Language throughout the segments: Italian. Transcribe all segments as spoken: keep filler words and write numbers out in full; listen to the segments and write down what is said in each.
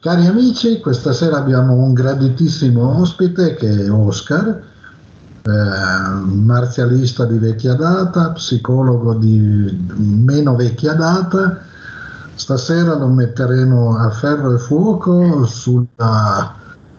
Cari amici, questa sera abbiamo un graditissimo ospite che è Oscar, eh, marzialista di vecchia data, psicologo di meno vecchia data. Stasera lo metteremo a ferro e fuoco sulla...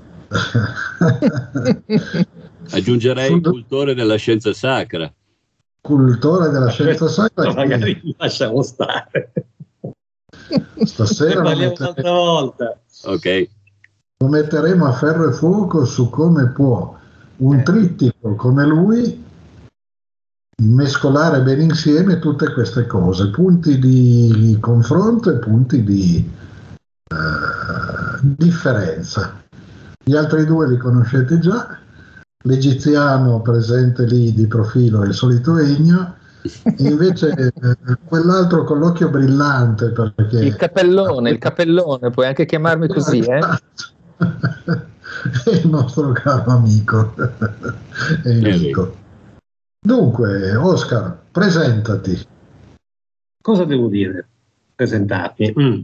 Aggiungerei sul cultore della scienza sacra. Cultore della scienza sacra. Magari che... lasciamo stare. Stasera ne parliamo mettere... un'altra volta. Ok. Lo metteremo a ferro e fuoco su come può un trittico come lui mescolare bene insieme tutte queste cose, punti di confronto e punti di uh, differenza. Gli altri due li conoscete già, l'egiziano presente lì di profilo è il solito Ennio, e invece eh, quell'altro con l'occhio brillante, perché il capellone, il capellone, puoi anche chiamarmi così, eh? È il nostro caro amico Enrico. Dunque, Oscar, presentati. Cosa devo dire? Presentarmi. Mm.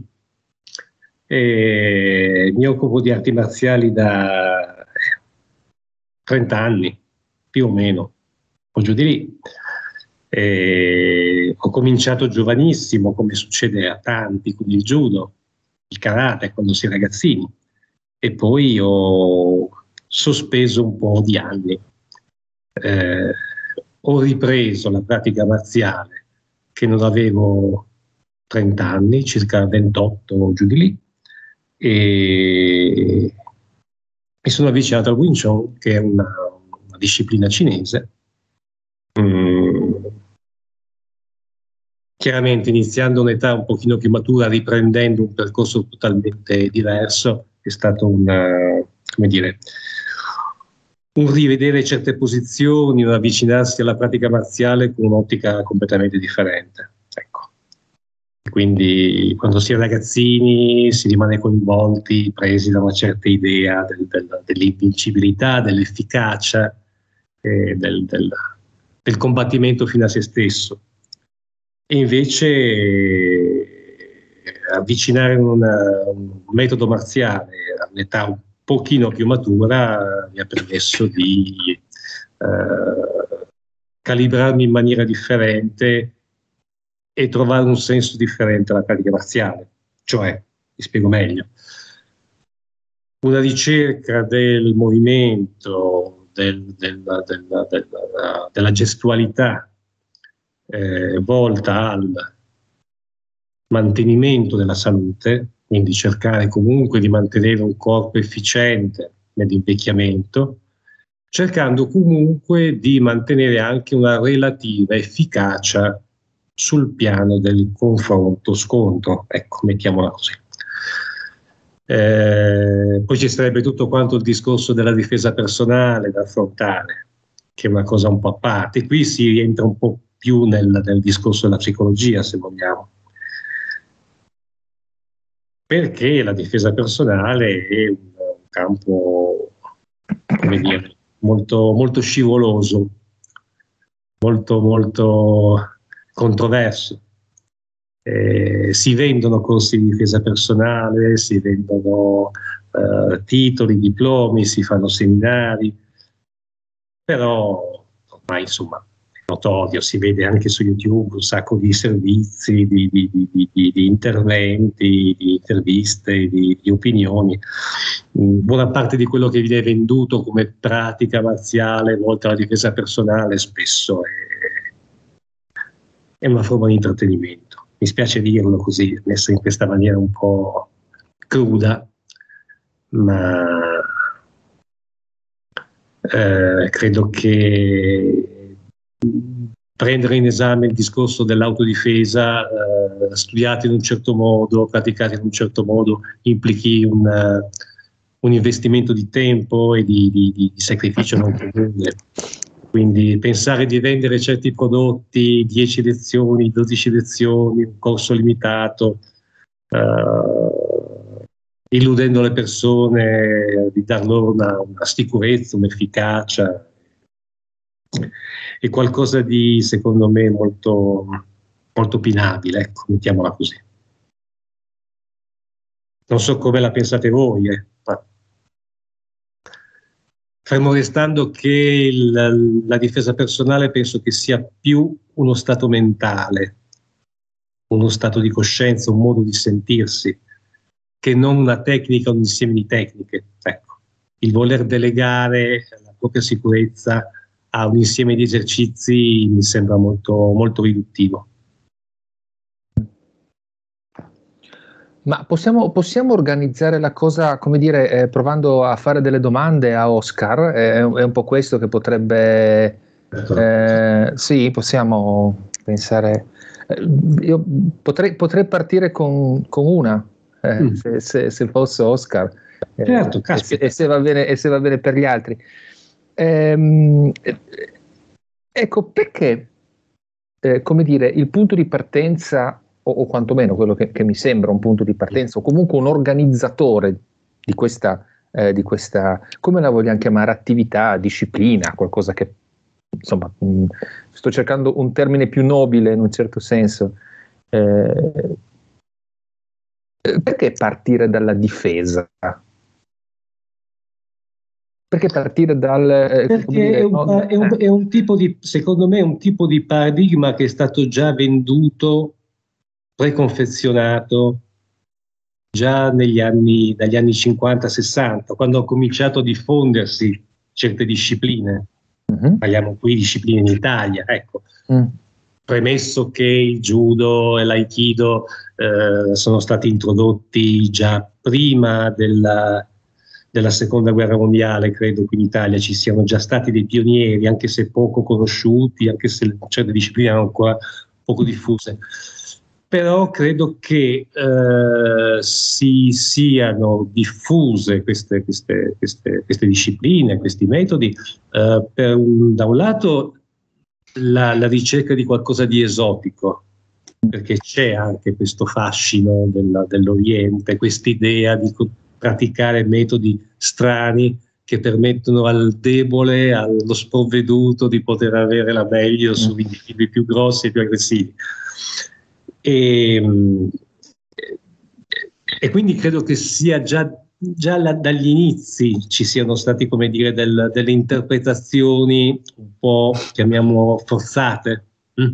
Eh, mi occupo di arti marziali da trenta anni, più o meno, o giù di lì. Eh, ho cominciato giovanissimo, come succede a tanti, con il judo, il karate, quando si è ragazzini, e poi ho sospeso un po' di anni. Eh, ho ripreso la pratica marziale che non avevo trenta anni, circa ventotto o giù di lì, e mi sono avvicinato al Wing Chun, che è una, una disciplina cinese. Mm. Chiaramente iniziando un'età un pochino più matura, riprendendo un percorso totalmente diverso, è stato una, come dire, un rivedere certe posizioni, un avvicinarsi alla pratica marziale con un'ottica completamente differente. Ecco. Quindi quando si è ragazzini si rimane coinvolti, presi da una certa idea del, del, dell'invincibilità, dell'efficacia, eh, del, del, del combattimento fino a se stesso. E invece eh, avvicinare una, un metodo marziale all'età un pochino più matura mi ha permesso di eh, calibrarmi in maniera differente e trovare un senso differente alla pratica marziale. Cioè, vi spiego meglio, una ricerca del movimento, del, del, del, del, della gestualità eh, volta al mantenimento della salute, quindi cercare comunque di mantenere un corpo efficiente nell'invecchiamento, cercando comunque di mantenere anche una relativa efficacia sul piano del confronto-scontro, ecco, mettiamola così. Eh, poi ci sarebbe tutto quanto il discorso della difesa personale da affrontare, che è una cosa un po' a parte. Qui si rientra un po' più nel, nel discorso della psicologia, se vogliamo. Perché la difesa personale è un, un campo, come dire, molto, molto scivoloso, molto, molto controverso. Eh, si vendono corsi di difesa personale, si vendono eh, titoli, diplomi, si fanno seminari, però ormai insomma è notorio, si vede anche su YouTube un sacco di servizi, di, di, di, di, di interventi, di interviste, di, di opinioni. Buona parte di quello che viene venduto come pratica marziale volta alla difesa personale spesso è, è una forma di intrattenimento. Mi spiace dirlo così, messo in questa maniera un po' cruda, ma eh, credo che prendere in esame il discorso dell'autodifesa eh, studiato in un certo modo, praticato in un certo modo, implichi un, uh, un investimento di tempo e di, di, di sacrificio non comune. Quindi pensare di vendere certi prodotti, dieci lezioni, dodici lezioni, un corso limitato, uh, illudendo le persone di dar loro una, una sicurezza, un'efficacia, è qualcosa di, secondo me, molto, molto opinabile, ecco, mettiamola così. Non so come la pensate voi, eh. Fermo restando che il, la difesa personale penso che sia più uno stato mentale, uno stato di coscienza, un modo di sentirsi, che non una tecnica, un insieme di tecniche. Ecco, il voler delegare la propria sicurezza a un insieme di esercizi mi sembra molto, molto riduttivo. Ma possiamo, possiamo organizzare la cosa, come dire, eh, provando a fare delle domande a Oscar? È, è un po' questo che potrebbe... Eh, sì, possiamo pensare... Eh, io potrei, potrei partire con, con una, eh, mm. se, se, se posso, Oscar. Eh, certo, e, se, e, se va bene, e se va bene per gli altri. Ehm, ecco, perché, eh, come dire, il punto di partenza... o, o quantomeno quello che, che mi sembra un punto di partenza, o comunque un organizzatore di questa, eh, di questa, come la vogliamo chiamare, attività, disciplina, qualcosa che, insomma, mh, sto cercando un termine più nobile in un certo senso. Eh, perché partire dalla difesa? Perché partire dal... Eh, Perché dire, è, un, no? è, un, è un tipo di, secondo me, è un tipo di paradigma che è stato già venduto, preconfezionato già negli anni, dagli anni cinquanta sessanta, quando hanno cominciato a diffondersi certe discipline. Uh-huh. Parliamo qui di discipline in Italia, ecco. Uh-huh. Premesso che il judo e l'aikido eh, sono stati introdotti già prima della, della seconda guerra mondiale, credo che in Italia ci siano già stati dei pionieri, anche se poco conosciuti, anche se certe discipline erano ancora poco diffuse. Però credo che eh, si siano diffuse queste, queste, queste, queste discipline, questi metodi, eh, per un, da un lato la, la ricerca di qualcosa di esotico, perché c'è anche questo fascino della, dell'Oriente, quest'idea di praticare metodi strani che permettono al debole, allo sprovveduto di poter avere la meglio sugli individui più grossi e più aggressivi. E, e quindi credo che sia già, già la, dagli inizi ci siano stati, come dire, del, delle interpretazioni un po', chiamiamo, forzate. Mm.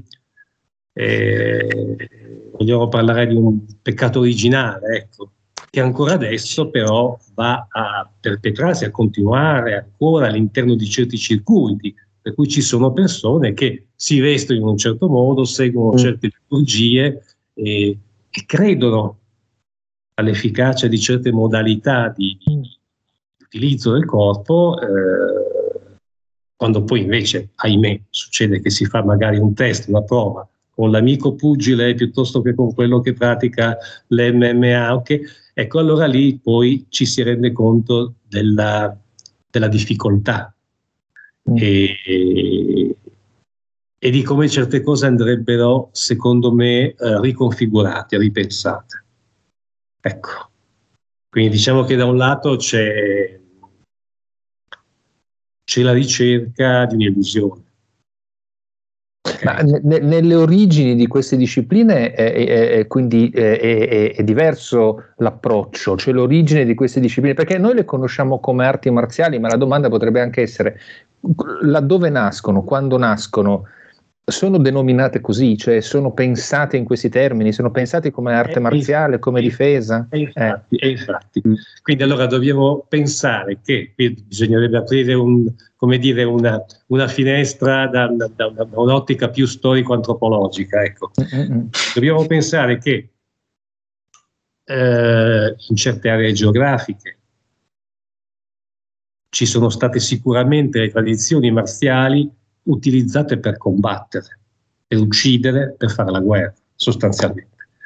E, vogliamo parlare di un peccato originale, ecco, che ancora adesso però va a perpetrarsi, a continuare ancora all'interno di certi circuiti, per cui ci sono persone che si vestono in un certo modo, seguono certe liturgie e, e credono all'efficacia di certe modalità di, di utilizzo del corpo, eh, quando poi invece, ahimè, succede che si fa magari un test, una prova, con l'amico pugile piuttosto che con quello che pratica l'M M A, okay? Ecco, allora lì poi ci si rende conto della, della difficoltà. E, e di come certe cose andrebbero, secondo me, eh, riconfigurate, ripensate. Ecco, quindi diciamo che da un lato c'è, c'è la ricerca di un'illusione. Ma ne, nelle origini di queste discipline è, è, è, quindi è, è, è diverso l'approccio, cioè l'origine di queste discipline, perché noi le conosciamo come arti marziali, ma la domanda potrebbe anche essere: laddove nascono, quando nascono, sono denominate così, cioè sono pensate in questi termini, sono pensate come arte marziale, come difesa? E infatti, eh. e infatti. Quindi allora dobbiamo pensare che bisognerebbe aprire un, come dire, una, una finestra da, da, da, da un'ottica più storico-antropologica. Ecco. Mm-hmm. Dobbiamo pensare che eh, in certe aree geografiche ci sono state sicuramente le tradizioni marziali utilizzate per combattere, per uccidere, per fare la guerra, sostanzialmente.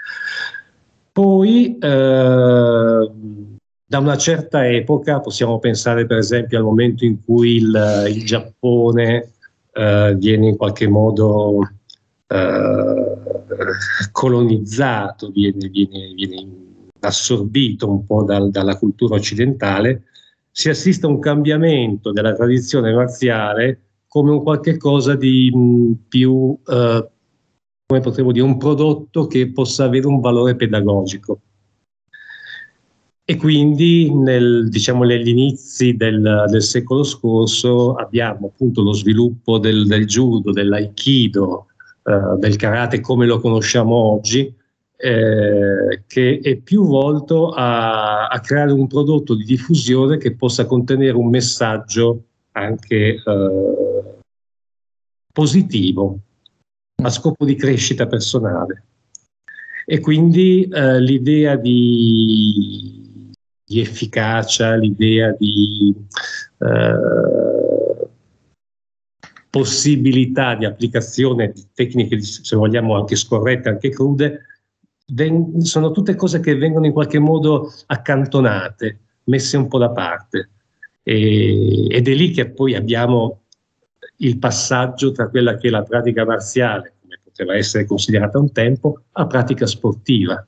Poi, eh, da una certa epoca, possiamo pensare per esempio al momento in cui il, il Giappone eh, viene in qualche modo eh, colonizzato, viene, viene, viene assorbito un po' dal, dalla cultura occidentale, si assiste a un cambiamento della tradizione marziale come un qualche cosa di mh, più, eh, come potremmo dire, un prodotto che possa avere un valore pedagogico. E quindi nel, diciamo, negli inizi del, del secolo scorso abbiamo appunto lo sviluppo del, del judo, dell'aikido, eh, del karate come lo conosciamo oggi, eh, che è più volto a, a creare un prodotto di diffusione che possa contenere un messaggio anche eh, positivo a scopo di crescita personale. E quindi eh, l'idea di, di efficacia, l'idea di eh, possibilità di applicazione di tecniche, se vogliamo anche scorrette, anche crude, ven- sono tutte cose che vengono in qualche modo accantonate, messe un po' da parte. E, ed è lì che poi abbiamo il passaggio tra quella che è la pratica marziale, come poteva essere considerata un tempo, a pratica sportiva.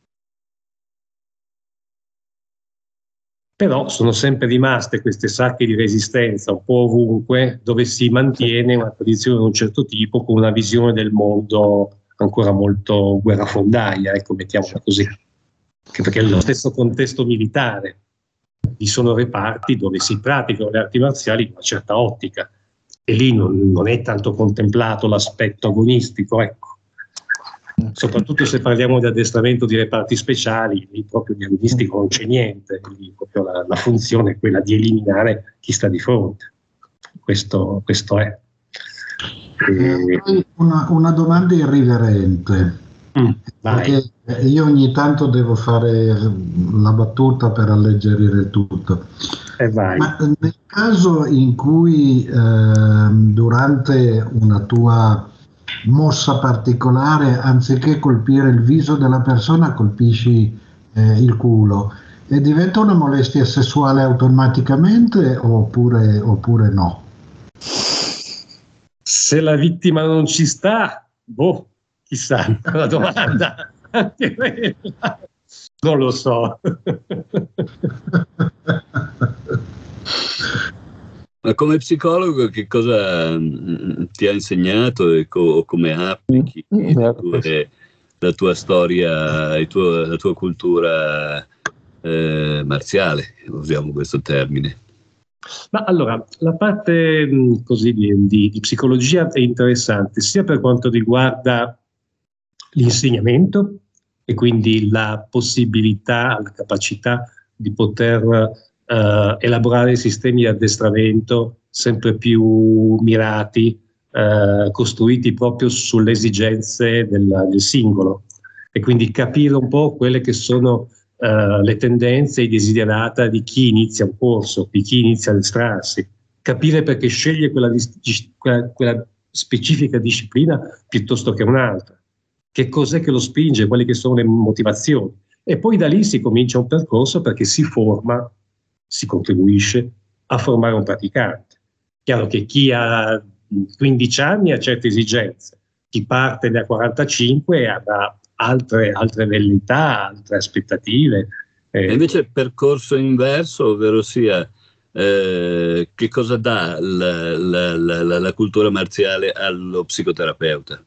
Però sono sempre rimaste queste sacche di resistenza un po' ovunque, dove si mantiene una tradizione di un certo tipo con una visione del mondo ancora molto guerrafondaia, ecco, mettiamola così. Anche perché è lo stesso contesto militare. Vi sono reparti dove si praticano le arti marziali in una certa ottica, e lì non, non è tanto contemplato l'aspetto agonistico, ecco. Soprattutto se parliamo di addestramento di reparti speciali, lì proprio di agonistico non c'è niente, lì proprio la, la funzione è quella di eliminare chi sta di fronte. Questo, questo è. E... Una, una domanda irriverente, mm, perché io ogni tanto devo fare la battuta per alleggerire il tutto. Eh vai. Ma nel caso in cui eh, durante una tua mossa particolare, anziché colpire il viso della persona, colpisci eh, il culo, e diventa una molestia sessuale automaticamente oppure, oppure no? Se la vittima non ci sta, boh, chissà, la domanda. Non lo so. Ma come psicologo che cosa mh, ti ha insegnato e co- come applichi mm, la, tua, la tua storia, il tuo, la tua cultura eh, marziale, usiamo questo termine? Ma allora, la parte mh, così di, di, di psicologia è interessante sia per quanto riguarda l'insegnamento e quindi la possibilità, la capacità di poter Uh, elaborare sistemi di addestramento sempre più mirati, uh, costruiti proprio sulle esigenze del, del singolo, e quindi capire un po' quelle che sono uh, le tendenze e i desiderata di chi inizia un corso, di chi inizia a addestrarsi, capire perché sceglie quella, quella, quella specifica disciplina piuttosto che un'altra, che cos'è che lo spinge, quali che sono le motivazioni, e poi da lì si comincia un percorso perché si forma, si contribuisce a formare un praticante. Chiaro che chi ha quindici anni ha certe esigenze, chi parte da quarantacinque avrà altre, altre velleità, altre aspettative. Eh. E invece il percorso inverso, ovvero sia eh, che cosa dà la, la, la, la cultura marziale allo psicoterapeuta?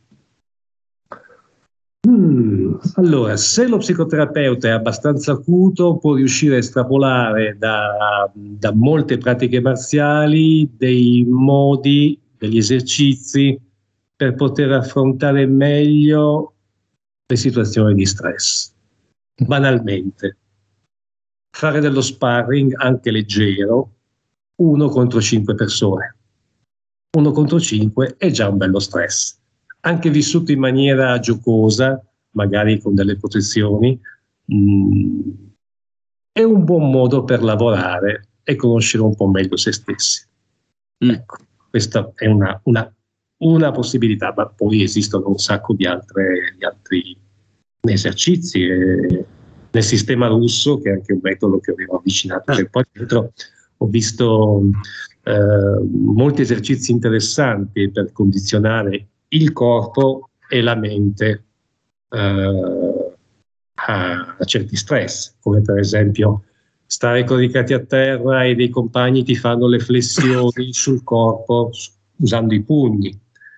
Hmm, allora, se lo psicoterapeuta è abbastanza acuto, può riuscire a estrapolare da, da molte pratiche marziali dei modi, degli esercizi per poter affrontare meglio le situazioni di stress. Banalmente, fare dello sparring anche leggero, uno contro cinque persone. Uno contro cinque è già un bello stress. Anche vissuto in maniera giocosa, magari con delle protezioni, mh, è un buon modo per lavorare e conoscere un po' meglio se stessi. Mm. Ecco, questa è una, una, una possibilità, ma poi esistono un sacco di, altre, di altri esercizi. E nel sistema russo, che è anche un metodo che avevo avvicinato, e poi dentro ho visto eh, molti esercizi interessanti per condizionare il corpo e la mente eh, a, a certi stress, come per esempio stare coricati a terra e dei compagni ti fanno le flessioni sul corpo usando i pugni.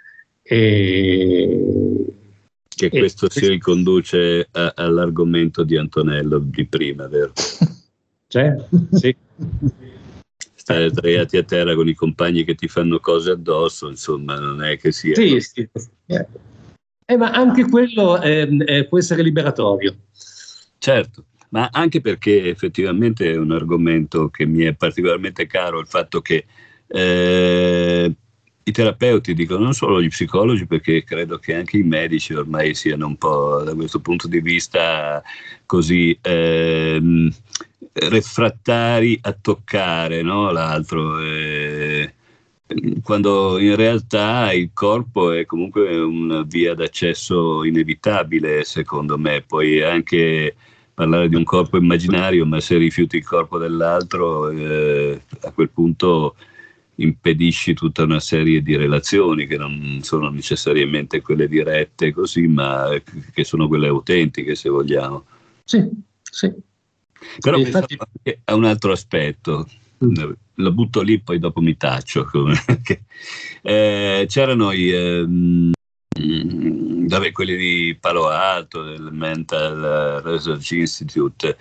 E, che questo e, si riconduce a, all'argomento di Antonello di prima, vero? Cioè, sì. Stare sdraiati a terra con i compagni che ti fanno cose addosso, insomma, non è che sia... Sì, sì. Eh, ma anche quello eh, eh, può essere liberatorio. Certo, ma anche perché effettivamente è un argomento che mi è particolarmente caro, il fatto che eh, i terapeuti, dico non solo gli psicologi, perché credo che anche i medici ormai siano un po' da questo punto di vista così ehm, refrattari a toccare, no? L'altro, eh, quando in realtà il corpo è comunque una via d'accesso inevitabile, secondo me. Poi anche parlare di un corpo immaginario, ma se rifiuti il corpo dell'altro, eh, a quel punto impedisci tutta una serie di relazioni che non sono necessariamente quelle dirette così, ma che sono quelle autentiche, se vogliamo. Sì, sì. Però infatti anche a un altro aspetto, mm. lo butto lì, poi dopo mi taccio. eh, c'erano i eh, vabbè, quelli di Palo Alto, del Mental Research Institute,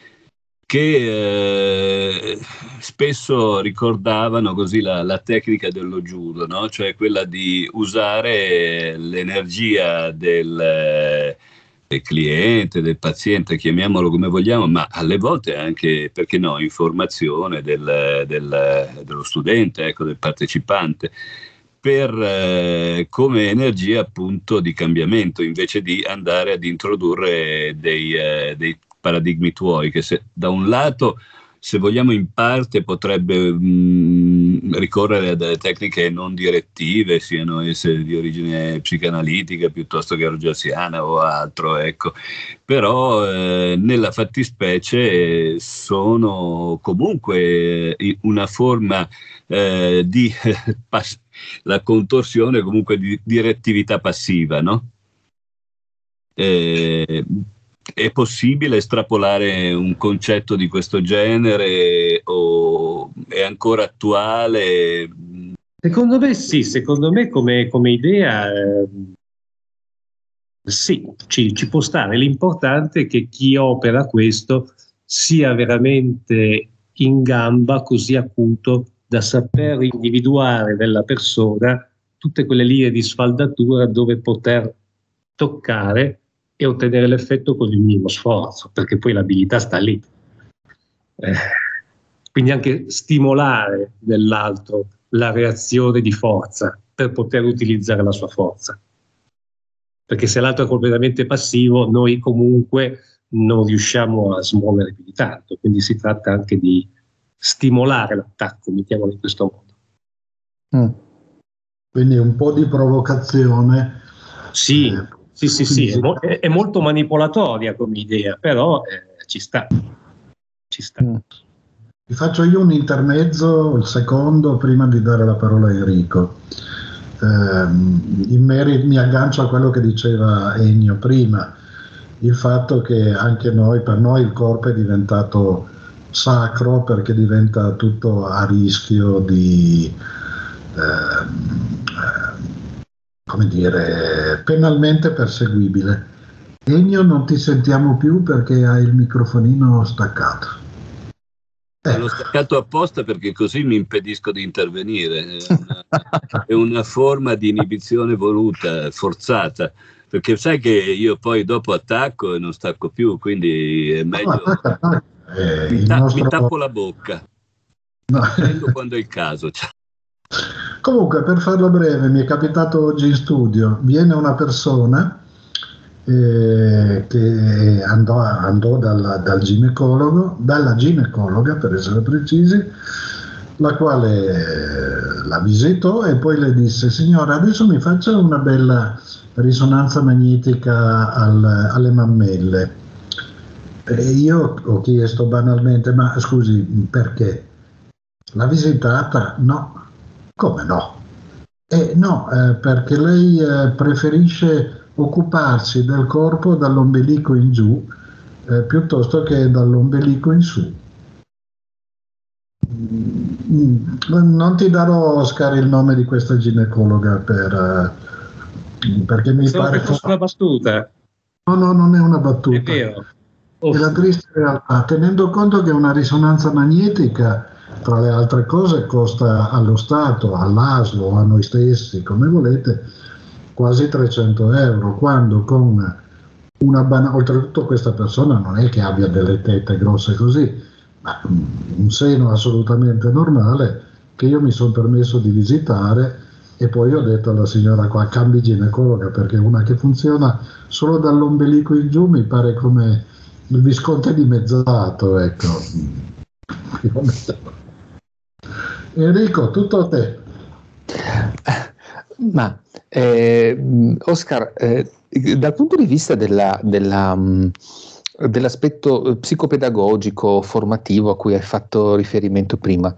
che eh, spesso ricordavano così la, la tecnica dello judo, no? Cioè quella di usare l'energia del, del cliente, del paziente, chiamiamolo come vogliamo, ma alle volte anche, perché no, informazione del, del, dello studente, ecco, del partecipante, per eh, come energia appunto di cambiamento, invece di andare ad introdurre dei, eh, dei paradigmi tuoi, che se, da un lato, se vogliamo, in parte potrebbe mh, ricorrere a delle tecniche non direttive, siano esse di origine psicanalitica piuttosto che rogeriana o altro, ecco. Però eh, nella fattispecie sono comunque una forma eh, di pass- la contorsione comunque di direttività passiva, no? Eh, è possibile estrapolare un concetto di questo genere o è ancora attuale? Secondo me sì, secondo me come, come idea eh, sì, ci, ci può stare. L'importante è che chi opera questo sia veramente in gamba, così acuto da saper individuare nella persona tutte quelle linee di sfaldatura dove poter toccare e ottenere l'effetto con il minimo sforzo, perché poi l'abilità sta lì. Eh, quindi anche stimolare nell'altro la reazione di forza per poter utilizzare la sua forza. Perché se l'altro è completamente passivo, noi comunque non riusciamo a smuovere più di tanto. Quindi si tratta anche di stimolare l'attacco, mettiamolo in questo modo. Mm. Quindi un po' di provocazione. Sì, eh, sì, sì, sì, è, mo- è molto manipolatoria come idea, però eh, ci sta. Ci sta. Mm. Vi faccio io un intermezzo, il secondo, prima di dare la parola a Enrico. Eh, in merito, mi aggancio a quello che diceva Ennio prima, il fatto che anche noi, per noi il corpo è diventato sacro perché diventa tutto a rischio di eh, come dire, penalmente perseguibile. Ennio, non ti sentiamo più perché hai il microfonino staccato. Eh. L'ho staccato apposta perché così mi impedisco di intervenire. È una, è una forma di inibizione voluta, forzata, perché sai che io poi dopo attacco e non stacco più, quindi è meglio. No, attacca, attacca. Eh, mi, ta- nostro... mi tappo la bocca. No. Prendo quando è il caso. Comunque, per farla breve, mi è capitato oggi in studio, viene una persona Eh, che andò, andò dalla, dal ginecologo, dalla ginecologa per essere precisi, la quale eh, la visitò e poi le disse: signora, adesso mi faccia una bella risonanza magnetica al, alle mammelle. E io ho chiesto banalmente: ma scusi, perché? L'ha visitata? No. Come no? Eh, no, eh, perché lei eh, preferisce occuparsi del corpo dall'ombelico in giù eh, piuttosto che dall'ombelico in su. Mm, non ti darò, Oscar, il nome di questa ginecologa per, eh, perché mi Stavo pare fosse una battuta. No, no, non è una battuta. È vero. è la triste realtà, tenendo conto che una risonanza magnetica, tra le altre cose, costa allo Stato, all'A S L o a noi stessi, come volete, quasi trecento euro, quando con una banale, oltretutto questa persona non è che abbia delle tette grosse così, ma un seno assolutamente normale che io mi sono permesso di visitare, e poi ho detto alla signora qua, cambi ginecologa, perché una che funziona solo dall'ombelico in giù mi pare come il Visconte dimezzato, ecco. Enrico, tutto a te. Ma eh, Oscar, eh, dal punto di vista della, della, um, dell'aspetto psicopedagogico formativo a cui hai fatto riferimento prima,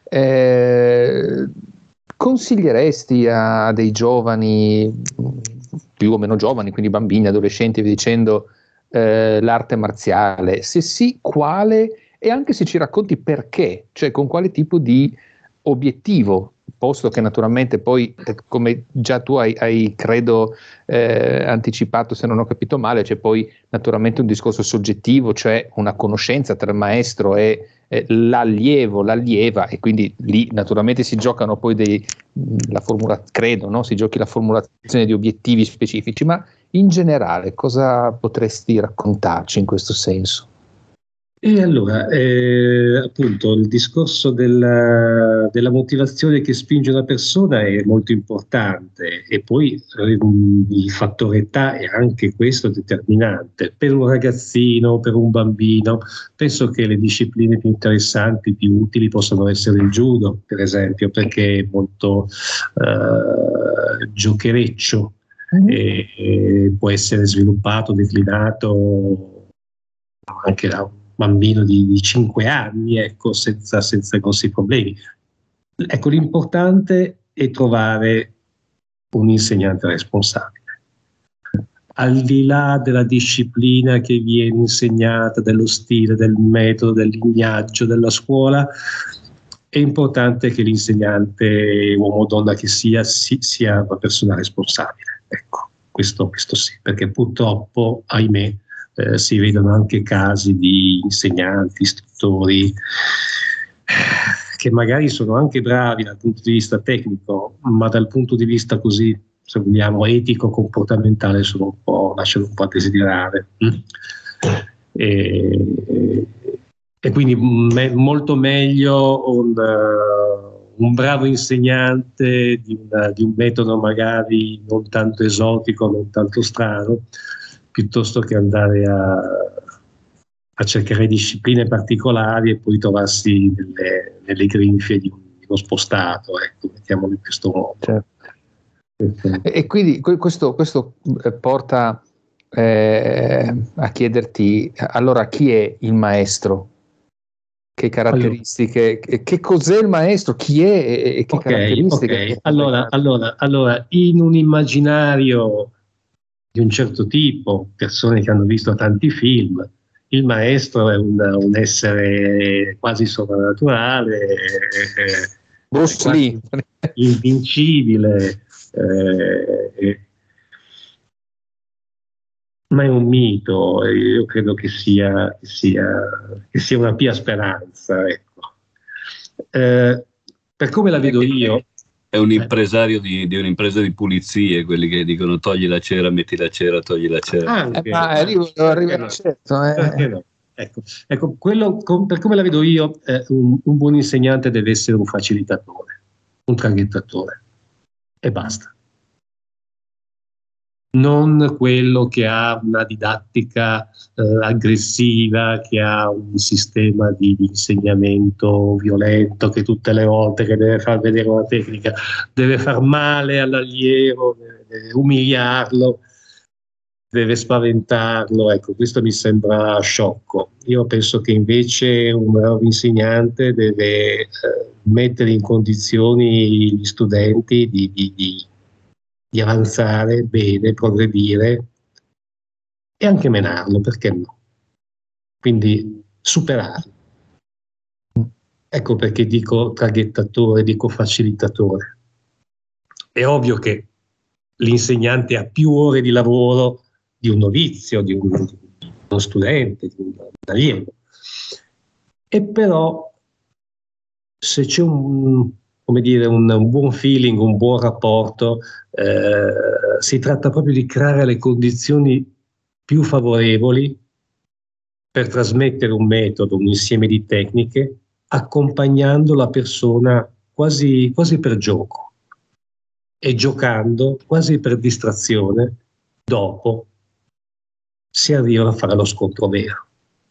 eh, consiglieresti a dei giovani, più o meno giovani, quindi bambini, adolescenti, vi dicendo, eh, l'arte marziale? Se sì, quale? E anche se ci racconti perché, cioè con quale tipo di obiettivo, posto che naturalmente poi, eh, come già tu hai, hai credo eh, anticipato, se non ho capito male, c'è poi naturalmente un discorso soggettivo, cioè una conoscenza tra il maestro e eh, l'allievo, l'allieva, e quindi lì naturalmente si giocano poi dei, la formula, credo, no? Si giochi la formulazione di obiettivi specifici, ma in generale cosa potresti raccontarci in questo senso? E allora, eh, appunto, il discorso della, della motivazione che spinge una persona è molto importante, e poi eh, il fattore età è anche questo determinante. Per un ragazzino, per un bambino, penso che le discipline più interessanti, più utili possono essere il judo, per esempio, perché è molto eh, giochereccio e, e può essere sviluppato, declinato anche da un bambino di, di cinque anni, ecco, senza, senza grossi problemi. Ecco, l'importante è trovare un insegnante responsabile. Al di là della disciplina che viene insegnata, dello stile, del metodo, del lignaggio della scuola, è importante che l'insegnante, uomo o donna che sia, sia una persona responsabile. Ecco, questo, questo sì, perché purtroppo, ahimè, Eh, si vedono anche casi di insegnanti, istruttori che magari sono anche bravi dal punto di vista tecnico, ma dal punto di vista così, se vogliamo, etico-comportamentale sono un po', lasciano un po' a desiderare. E, e quindi me, molto meglio un, uh, un bravo insegnante di, una, di un metodo magari non tanto esotico, non tanto strano, piuttosto che andare a, a cercare discipline particolari e poi trovarsi nelle, nelle grinfie di, un, di uno spostato, ecco, mettiamolo in questo modo. Certo. E, e quindi questo, questo porta eh, a chiederti, allora, chi è il maestro? Che caratteristiche, allora, che cos'è il maestro? Chi è e che okay, caratteristiche? Okay. Allora, allora, allora, in un immaginario di un certo tipo, persone che hanno visto tanti film, il maestro è un, un essere quasi sovrannaturale, eh, Bruce Lee, invincibile, eh, eh, ma è un mito. Io credo che sia, che sia, che sia una pia speranza, ecco. Eh, per come la vedo io, è un impresario di, di un'impresa di pulizie, quelli che dicono togli la cera, metti la cera, togli la cera. Anche, eh, ma arrivo, arrivo no. certo, eh. Perché no? Ecco, ecco quello, com, per come la vedo io, eh, un, un buon insegnante deve essere un facilitatore, un traghettatore, e basta. Non quello che ha una didattica eh, aggressiva, che ha un sistema di, di insegnamento violento, che tutte le volte che deve far vedere una tecnica deve far male all'allievo, deve, deve umiliarlo, deve spaventarlo. Ecco, questo mi sembra sciocco. Io penso che invece un bravo insegnante deve eh, mettere in condizioni gli studenti di, di, di di avanzare bene, progredire e anche menarlo, perché no? Quindi superarlo. Ecco perché dico traghettatore, dico facilitatore. È ovvio che l'insegnante ha più ore di lavoro di un novizio, di un, uno studente, di un allievo. E però se c'è un, come dire, un, un buon feeling, un buon rapporto, eh, si tratta proprio di creare le condizioni più favorevoli per trasmettere un metodo, un insieme di tecniche, accompagnando la persona quasi, quasi per gioco e giocando quasi per distrazione. Dopo si arriva a fare lo scontro vero.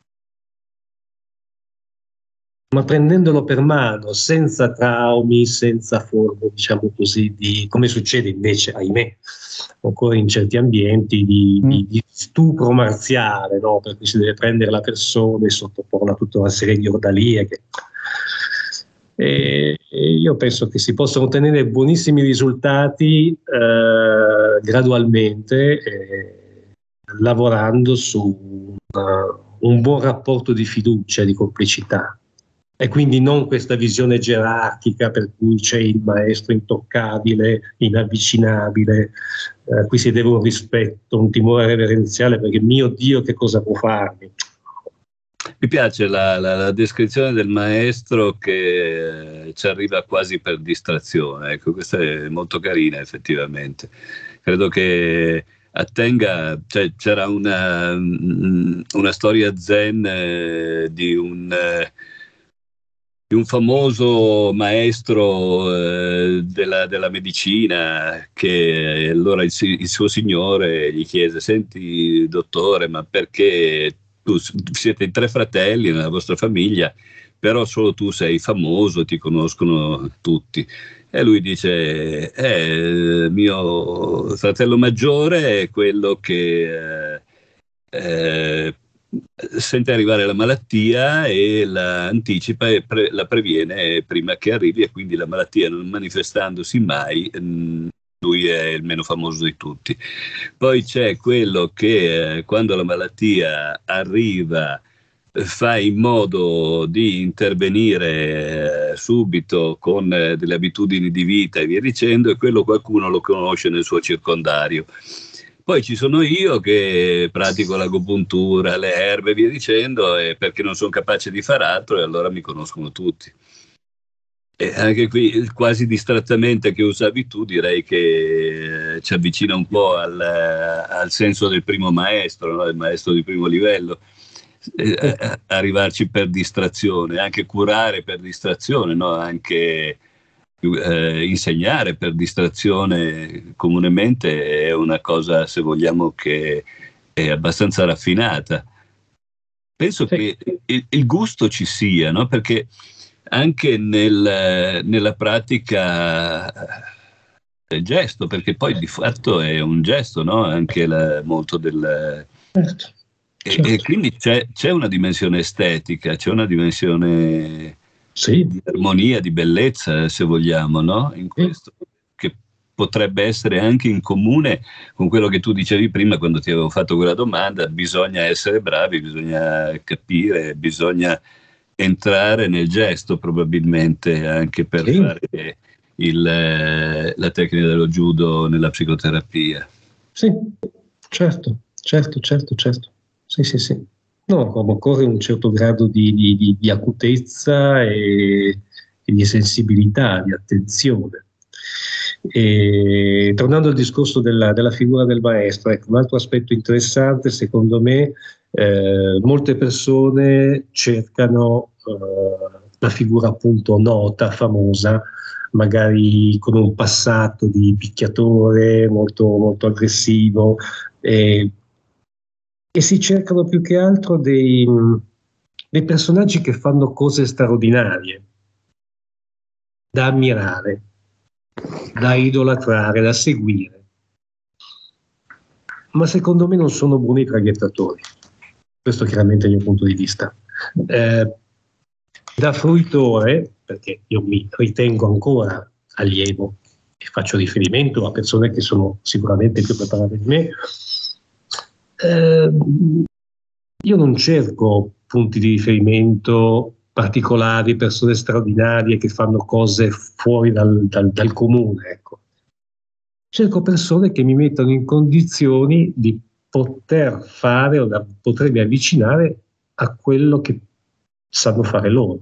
Ma prendendolo per mano, senza traumi, senza forme, diciamo così, di, come succede invece, ahimè, ancora in certi ambienti, di, mm. di, di stupro marziale, no? Per cui si deve prendere la persona e sottoporla a tutta una serie di ordalie. Che... E, e io penso che si possano ottenere buonissimi risultati eh, gradualmente, eh, lavorando su una, un buon rapporto di fiducia, di complicità. E quindi non questa visione gerarchica per cui c'è il maestro intoccabile, inavvicinabile, eh, qui si deve un rispetto, un timore reverenziale perché mio Dio che cosa può farmi. Mi piace la, la, la descrizione del maestro che eh, ci arriva quasi per distrazione, ecco, questa è molto carina effettivamente. Credo che attenga, cioè, c'era una, una storia zen eh, di un... Eh, di un famoso maestro eh, della, della medicina che allora il, il suo signore gli chiese: senti dottore, ma perché tu siete in tre fratelli nella vostra famiglia, però solo tu sei famoso, ti conoscono tutti? E lui dice: eh, mio fratello maggiore è quello che eh, eh, sente arrivare la malattia e la anticipa e pre- la previene prima che arrivi, e quindi la malattia non manifestandosi mai, mh, lui è il meno famoso di tutti. Poi c'è quello che eh, quando la malattia arriva fa in modo di intervenire eh, subito con eh, delle abitudini di vita e via dicendo, e quello qualcuno lo conosce nel suo circondario. Poi ci sono io che pratico l'agopuntura, le erbe e via dicendo, e perché non sono capace di far altro, e allora mi conoscono tutti. E anche qui, quasi distrattamente che usavi tu, direi che eh, ci avvicina un po' al, al senso del primo maestro, no? Il maestro di primo livello. Eh, arrivarci per distrazione, anche curare per distrazione, no? Anche eh, insegnare per distrazione comunemente è una cosa, se vogliamo, che è abbastanza raffinata. Penso sì. che il, il gusto ci sia, no? Perché anche nel, nella pratica del gesto, perché poi di fatto è un gesto, no? Anche la, molto del... Certo. Certo. E, e quindi c'è, c'è una dimensione estetica, c'è una dimensione sì. di armonia, di bellezza, se vogliamo, no? In questo, sì. Che potrebbe essere anche in comune con quello che tu dicevi prima quando ti avevo fatto quella domanda: bisogna essere bravi, bisogna capire, bisogna entrare nel gesto, probabilmente, anche per sì. fare il, la tecnica dello judo nella psicoterapia. Sì, certo, certo, certo, certo. Sì, sì, sì. No, occorre un certo grado di, di, di, di acutezza e, e di sensibilità, di attenzione. E, tornando al discorso della, della figura del maestro, ecco, un altro aspetto interessante, secondo me, eh, molte persone cercano eh, la figura appunto nota, famosa, magari con un passato di picchiatore molto, molto aggressivo, e, e si cercano più che altro dei, dei personaggi che fanno cose straordinarie, da ammirare, da idolatrare, da seguire. Ma secondo me non sono buoni traghettatori. Questo chiaramente è il mio punto di vista. Eh, da fruitore, perché io mi ritengo ancora allievo e faccio riferimento a persone che sono sicuramente più preparate di me, eh, io non cerco punti di riferimento particolari, persone straordinarie che fanno cose fuori dal, dal, dal comune, ecco. Cerco persone che mi mettano in condizioni di poter fare o da potermi avvicinare a quello che sanno fare loro.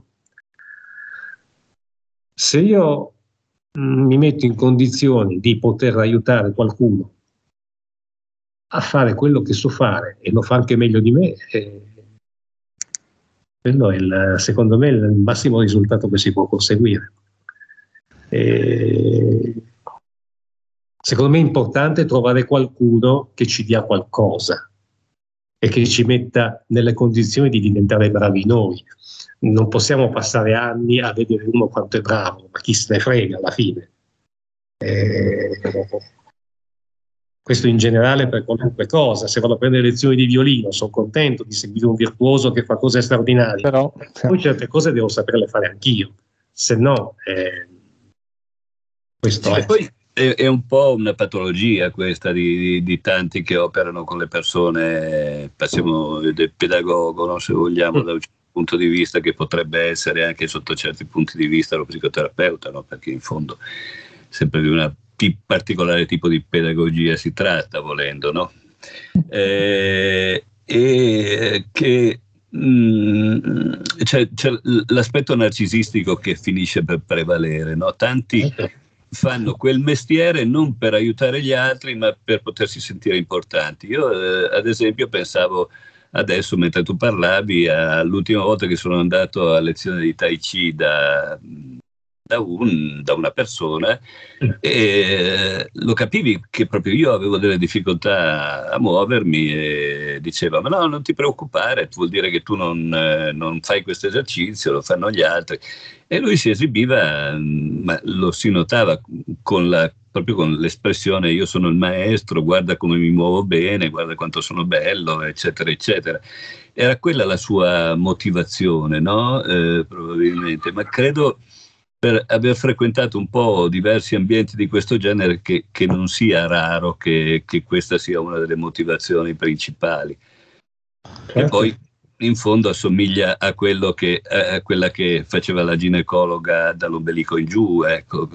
Se io mh, mi metto in condizioni di poter aiutare qualcuno a fare quello che so fare e lo fa anche meglio di me, eh, quello è il, secondo me il massimo risultato che si può conseguire. E secondo me è importante trovare qualcuno che ci dia qualcosa e che ci metta nelle condizioni di diventare bravi noi. Non possiamo passare anni a vedere uno quanto è bravo, ma chi se ne frega alla fine. E questo in generale per qualunque cosa. Se vado a prendere lezioni di violino sono contento di seguire un virtuoso che fa cose straordinarie, però poi certe cose devo saperle fare anch'io, se no eh, questo sì, è. Poi è, è un po' una patologia questa di, di, di tanti che operano con le persone, passiamo del pedagogo, no, se vogliamo, mm. da un punto di vista che potrebbe essere anche sotto certi punti di vista lo psicoterapeuta, no? Perché in fondo sempre di una t- particolare tipo di pedagogia si tratta, volendo, no? Eh, e che mh, c'è, c'è l'aspetto narcisistico che finisce per prevalere, no? Tanti fanno quel mestiere non per aiutare gli altri, ma per potersi sentire importanti. Io, eh, ad esempio, pensavo adesso, mentre tu parlavi, all'ultima volta che sono andato a lezione di Tai Chi da, da, un, da una persona, e lo capivi che proprio io avevo delle difficoltà a muovermi, e diceva: ma no, non ti preoccupare, vuol dire che tu non, non fai questo esercizio, lo fanno gli altri. E lui si esibiva, ma lo si notava con la, proprio con l'espressione: io sono il maestro, guarda come mi muovo bene, guarda quanto sono bello, eccetera, eccetera. Era quella la sua motivazione, no? Eh, probabilmente, ma credo, per aver frequentato un po' diversi ambienti di questo genere, che, che non sia raro che, che questa sia una delle motivazioni principali. Certo. E poi in fondo assomiglia a quello che a quella che faceva la ginecologa dall'ombelico in giù, ecco,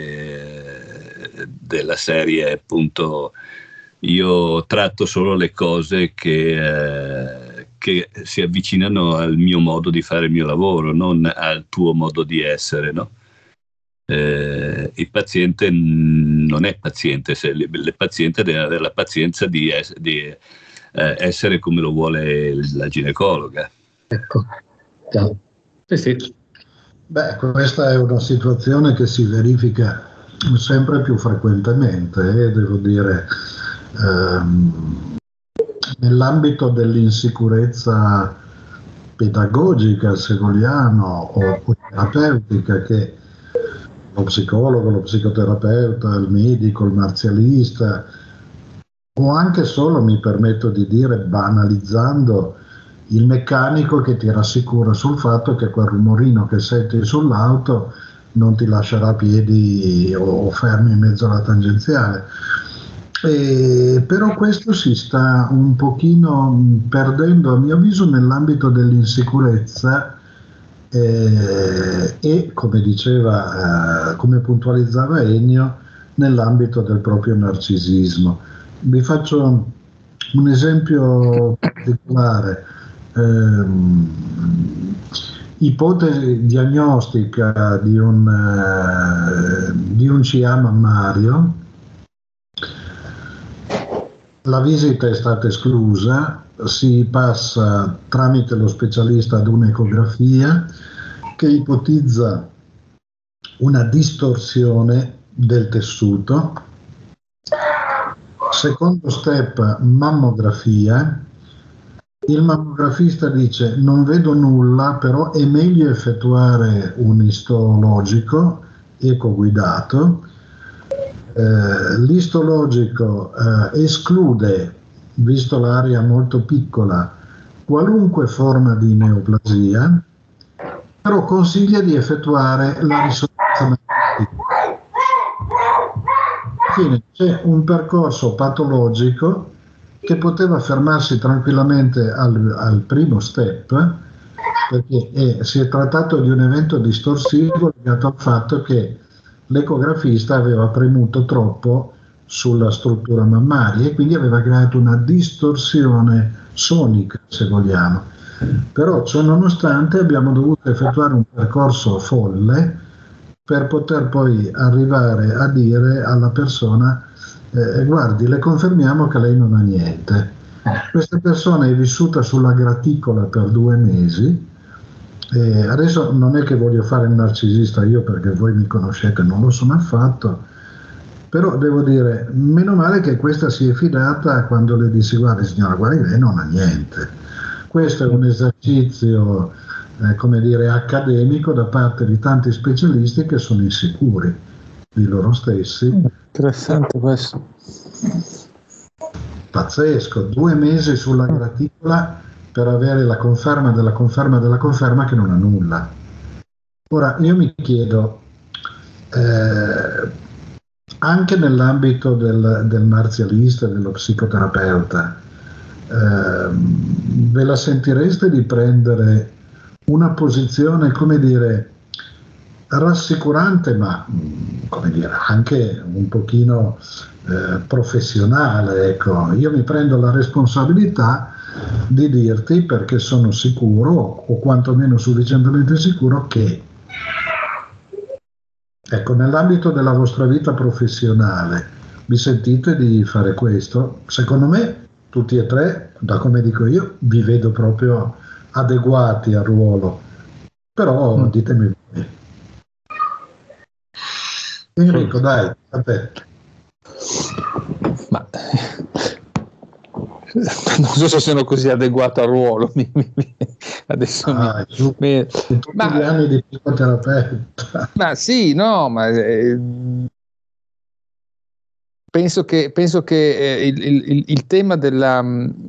perché della serie, appunto, io tratto solo le cose che, eh, che si avvicinano al mio modo di fare il mio lavoro, non al tuo modo di essere, no? Eh, il paziente non è paziente, se il, il paziente deve avere la pazienza di, es- di eh, essere come lo vuole la ginecologa. Ecco. Ciao. Sì, sì. Beh, questa è una situazione che si verifica sempre più frequentemente, eh, devo dire, ehm, nell'ambito dell'insicurezza pedagogica, se vogliamo, o terapeutica, che lo psicologo, lo psicoterapeuta, il medico, il marzialista, o anche solo, mi permetto di dire, banalizzando, il meccanico che ti rassicura sul fatto che quel rumorino che senti sull'auto non ti lascerà a piedi o fermi in mezzo alla tangenziale. E, però questo si sta un pochino perdendo, a mio avviso, nell'ambito dell'insicurezza eh, e, come diceva, eh, come puntualizzava Ennio, nell'ambito del proprio narcisismo. Vi faccio un esempio particolare. Ehm, ipotesi diagnostica di un, eh, di un C A mammario. La visita è stata esclusa, si passa tramite lo specialista ad un'ecografia che ipotizza una distorsione del tessuto. Secondo step, mammografia. Il mammografista dice: non vedo nulla, però è meglio effettuare un istologico ecoguidato. Eh, l'istologico eh, esclude, visto l'area molto piccola, qualunque forma di neoplasia, però consiglia di effettuare la risonanza magnetica. Infine c'è un percorso patologico che poteva fermarsi tranquillamente al, al primo step, perché è, si è trattato di un evento distorsivo legato al fatto che l'ecografista aveva premuto troppo sulla struttura mammaria e quindi aveva creato una distorsione sonica, se vogliamo. Però ciò nonostante abbiamo dovuto effettuare un percorso folle per poter poi arrivare a dire alla persona eh, guardi, le confermiamo che lei non ha niente. Questa persona è vissuta sulla graticola per due mesi. E adesso non è che voglio fare il narcisista io, perché voi mi conoscete, non lo sono affatto, però devo dire, meno male che questa si è fidata quando le dissi guardi signora, guardi, lei non ha niente. Questo è un esercizio eh, come dire accademico da parte di tanti specialisti che sono insicuri di loro stessi. Interessante questo. Pazzesco, due mesi sulla graticola per avere la conferma della conferma della conferma che non ha nulla. Ora io mi chiedo, eh, anche nell'ambito del, del marzialista, dello psicoterapeuta, eh, ve la sentireste di prendere una posizione, come dire, rassicurante, ma come dire, anche un pochino eh, professionale, ecco, io mi prendo la responsabilità di dirti, perché sono sicuro, o quantomeno sufficientemente sicuro, che ecco, nell'ambito della vostra vita professionale vi sentite di fare questo? Secondo me tutti e tre, da come dico io, vi vedo proprio adeguati al ruolo, però mm. ditemi voi. Enrico, dai, a te. Ma non so se sono così adeguato al ruolo. Mi, mi, adesso ah, mi, su, mi, tutti ma, gli anni di psicoterapeuta. Ma sì, no, ma eh, penso che, penso che eh, il, il, il tema della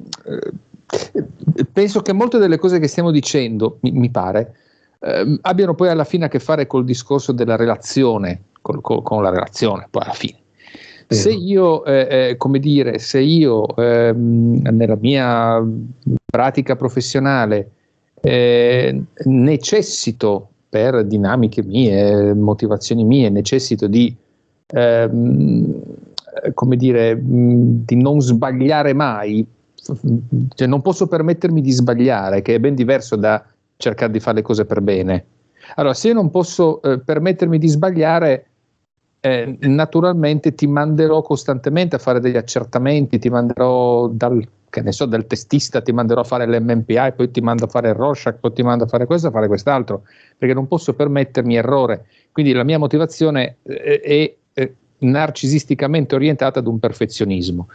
eh, penso che molte delle cose che stiamo dicendo, mi, mi pare, eh, abbiano poi alla fine a che fare col discorso della relazione, col, col, con la relazione, poi alla fine. Se io, eh, eh, come dire, se io eh, nella mia pratica professionale eh, necessito, per dinamiche mie, motivazioni mie, necessito di, ehm, come dire, di non sbagliare mai, cioè non posso permettermi di sbagliare, che è ben diverso da cercare di fare le cose per bene. Allora, se io non posso eh, permettermi di sbagliare, Eh, naturalmente ti manderò costantemente a fare degli accertamenti, ti manderò dal, che ne so, dal testista, ti manderò a fare l'M M P I, poi ti mando a fare il Rorschach, poi ti mando a fare questo, a fare quest'altro, perché non posso permettermi errore. Quindi la mia motivazione eh, è eh, narcisisticamente orientata ad un perfezionismo.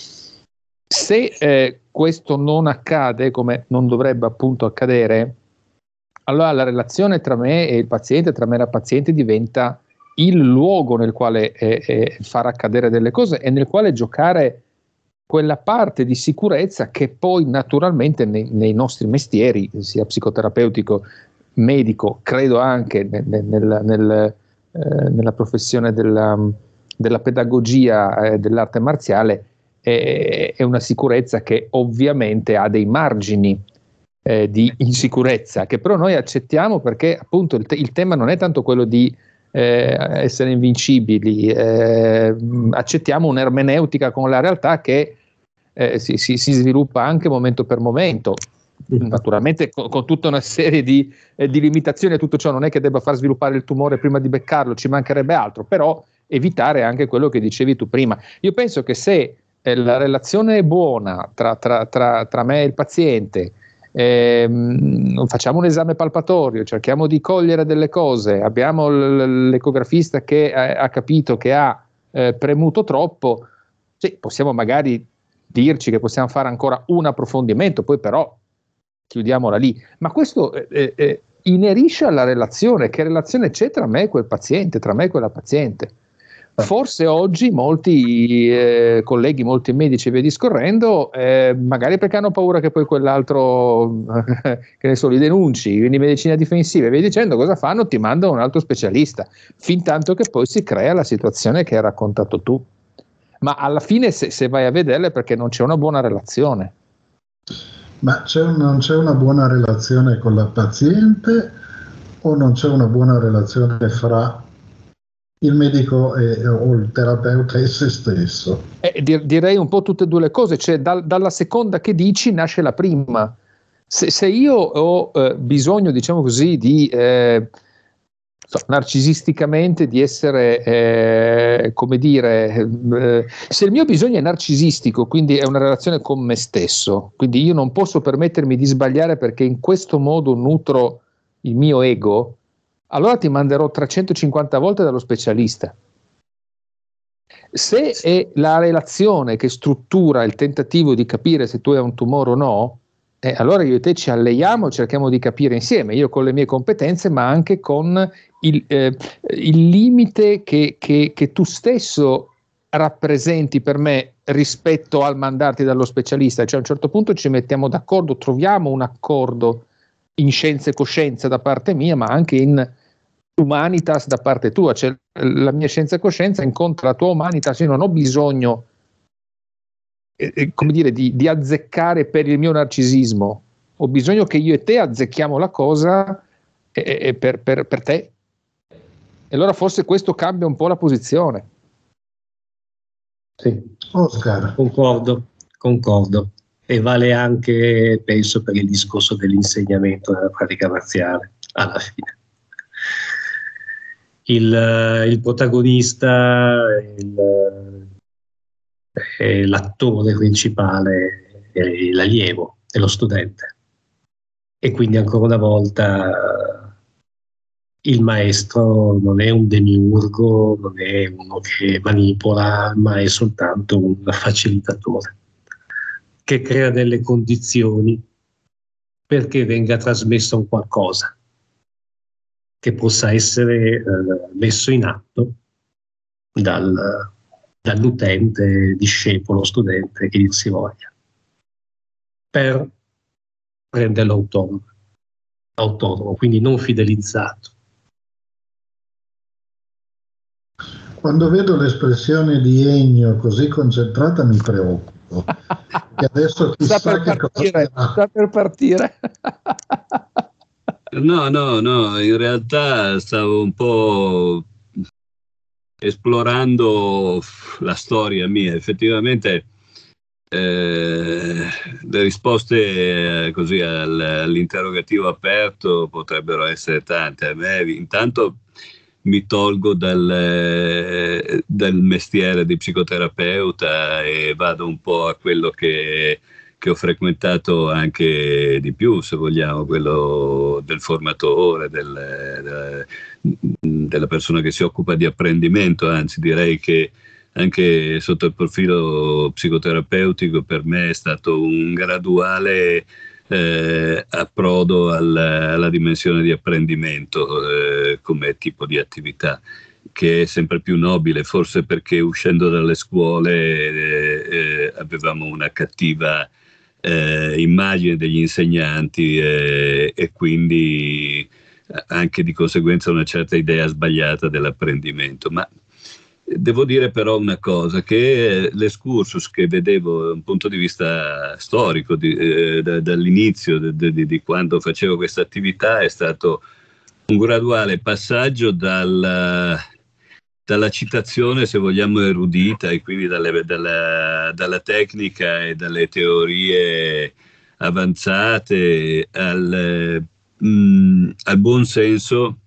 Se eh, questo non accade, come non dovrebbe appunto accadere, allora la relazione tra me e il paziente, tra me e la paziente, diventa il luogo nel quale eh, eh, far accadere delle cose e nel quale giocare quella parte di sicurezza che poi naturalmente nei, nei nostri mestieri, sia psicoterapeutico, medico, credo anche nel, nel, nel, eh, nella professione della, della pedagogia e eh, dell'arte marziale, eh, è una sicurezza che ovviamente ha dei margini eh, di insicurezza, che però noi accettiamo, perché appunto il, te- il tema non è tanto quello di Eh, essere invincibili, eh, accettiamo un'ermeneutica con la realtà che eh, si, si, si sviluppa anche momento per momento, naturalmente con, con tutta una serie di, eh, di limitazioni. Tutto ciò non è che debba far sviluppare il tumore prima di beccarlo, ci mancherebbe altro, però evitare anche quello che dicevi tu prima. Io penso che se eh, la relazione è buona tra, tra, tra, tra me e il paziente, Eh, facciamo un esame palpatorio, cerchiamo di cogliere delle cose, abbiamo l- l'ecografista che ha, ha capito che ha eh, premuto troppo, sì, possiamo magari dirci che possiamo fare ancora un approfondimento, poi però chiudiamola lì. Ma questo eh, eh, inerisce alla relazione. Che relazione c'è tra me e quel paziente, tra me e quella paziente? Forse oggi molti eh, colleghi, molti medici e via discorrendo, eh, magari perché hanno paura che poi quell'altro, eh, che ne so, li denunci, quindi medicina difensiva e via dicendo, cosa fanno? Ti mandano un altro specialista, fin tanto che poi si crea la situazione che hai raccontato tu. Ma alla fine se, se vai a vederle, perché non c'è una buona relazione. Ma c'è un, non c'è una buona relazione con la paziente o non c'è una buona relazione fra il medico è, o il terapeuta è se stesso. Eh, direi un po' tutte e due le cose, cioè dal, dalla seconda che dici nasce la prima. Se, se io ho eh, bisogno, diciamo così, di eh, so, narcisisticamente di essere, eh, come dire, eh, se il mio bisogno è narcisistico, quindi è una relazione con me stesso, quindi io non posso permettermi di sbagliare perché in questo modo nutro il mio ego, allora ti manderò trecentocinquanta volte dallo specialista. Se è la relazione che struttura il tentativo di capire se tu hai un tumore o no, eh, allora io e te ci alleiamo, cerchiamo di capire insieme, io con le mie competenze, ma anche con il, eh, il limite che, che, che tu stesso rappresenti per me rispetto al mandarti dallo specialista. Cioè a un certo punto ci mettiamo d'accordo, troviamo un accordo in scienza e coscienza da parte mia, ma anche in humanitas da parte tua, cioè la mia scienza e coscienza incontra la tua humanitas, io non ho bisogno eh, come dire di, di azzeccare per il mio narcisismo, ho bisogno che io e te azzecchiamo la cosa eh, eh, per, per, per te, e allora forse questo cambia un po' la posizione. Sì, Oscar. Concordo, concordo. E vale anche, penso, per il discorso dell'insegnamento della pratica marziale, alla fine. Il, il protagonista, il, è l'attore principale, è l'allievo, è lo studente. E quindi ancora una volta il maestro non è un demiurgo, non è uno che manipola, ma è soltanto un facilitatore che crea delle condizioni perché venga trasmesso un qualcosa che possa essere eh, messo in atto dal, dall'utente, discepolo, studente, che dir si voglia, per renderlo autonomo, autonomo, quindi non fidelizzato. Quando vedo l'espressione di Ennio così concentrata mi preoccupo. Che adesso chissà sta per che partire, cosa sta per partire. No, no, no, in realtà stavo un po' esplorando la storia mia. Effettivamente eh, le risposte eh, così al, all'interrogativo aperto potrebbero essere tante. A me intanto mi tolgo dal, eh, dal mestiere di psicoterapeuta e vado un po' a quello che, che ho frequentato anche di più, se vogliamo, quello del formatore, del, del, della persona che si occupa di apprendimento. Anzi, direi che anche sotto il profilo psicoterapeutico per me è stato un graduale Eh, approdo al, alla dimensione di apprendimento eh, come tipo di attività, che è sempre più nobile, forse perché uscendo dalle scuole eh, eh, avevamo una cattiva eh, immagine degli insegnanti eh, e quindi anche di conseguenza una certa idea sbagliata dell'apprendimento. Ma devo dire però una cosa, che l'escursus che vedevo da un punto di vista storico, di, eh, da, dall'inizio di, di, di quando facevo questa attività, è stato un graduale passaggio dal, dalla citazione, se vogliamo, erudita, e quindi dalle, dalla, dalla tecnica e dalle teorie avanzate al, mh, al buon senso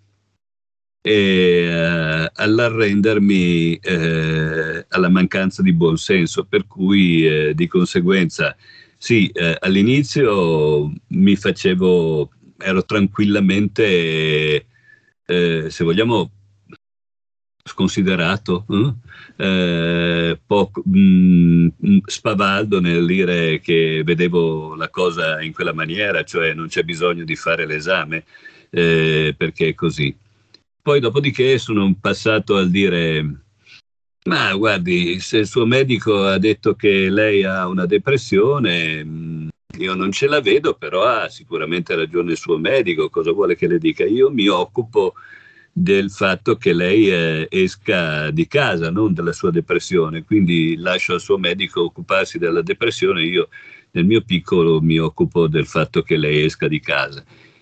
e uh, all'arrendermi eh, alla mancanza di buonsenso, per cui eh, di conseguenza sì, eh, all'inizio mi facevo, ero tranquillamente, eh, se vogliamo, sconsiderato, eh? Eh, poco, mh, spavaldo nel dire che vedevo la cosa in quella maniera, cioè non c'è bisogno di fare l'esame eh, perché è così. Poi dopodiché sono passato al dire, ma guardi, se il suo medico ha detto che lei ha una depressione, io non ce la vedo, però ha sicuramente ragione il suo medico, cosa vuole che le dica? Io mi occupo del fatto che lei eh, esca di casa, non della sua depressione, quindi lascio al suo medico occuparsi della depressione, io nel mio piccolo mi occupo del fatto che lei esca di casa.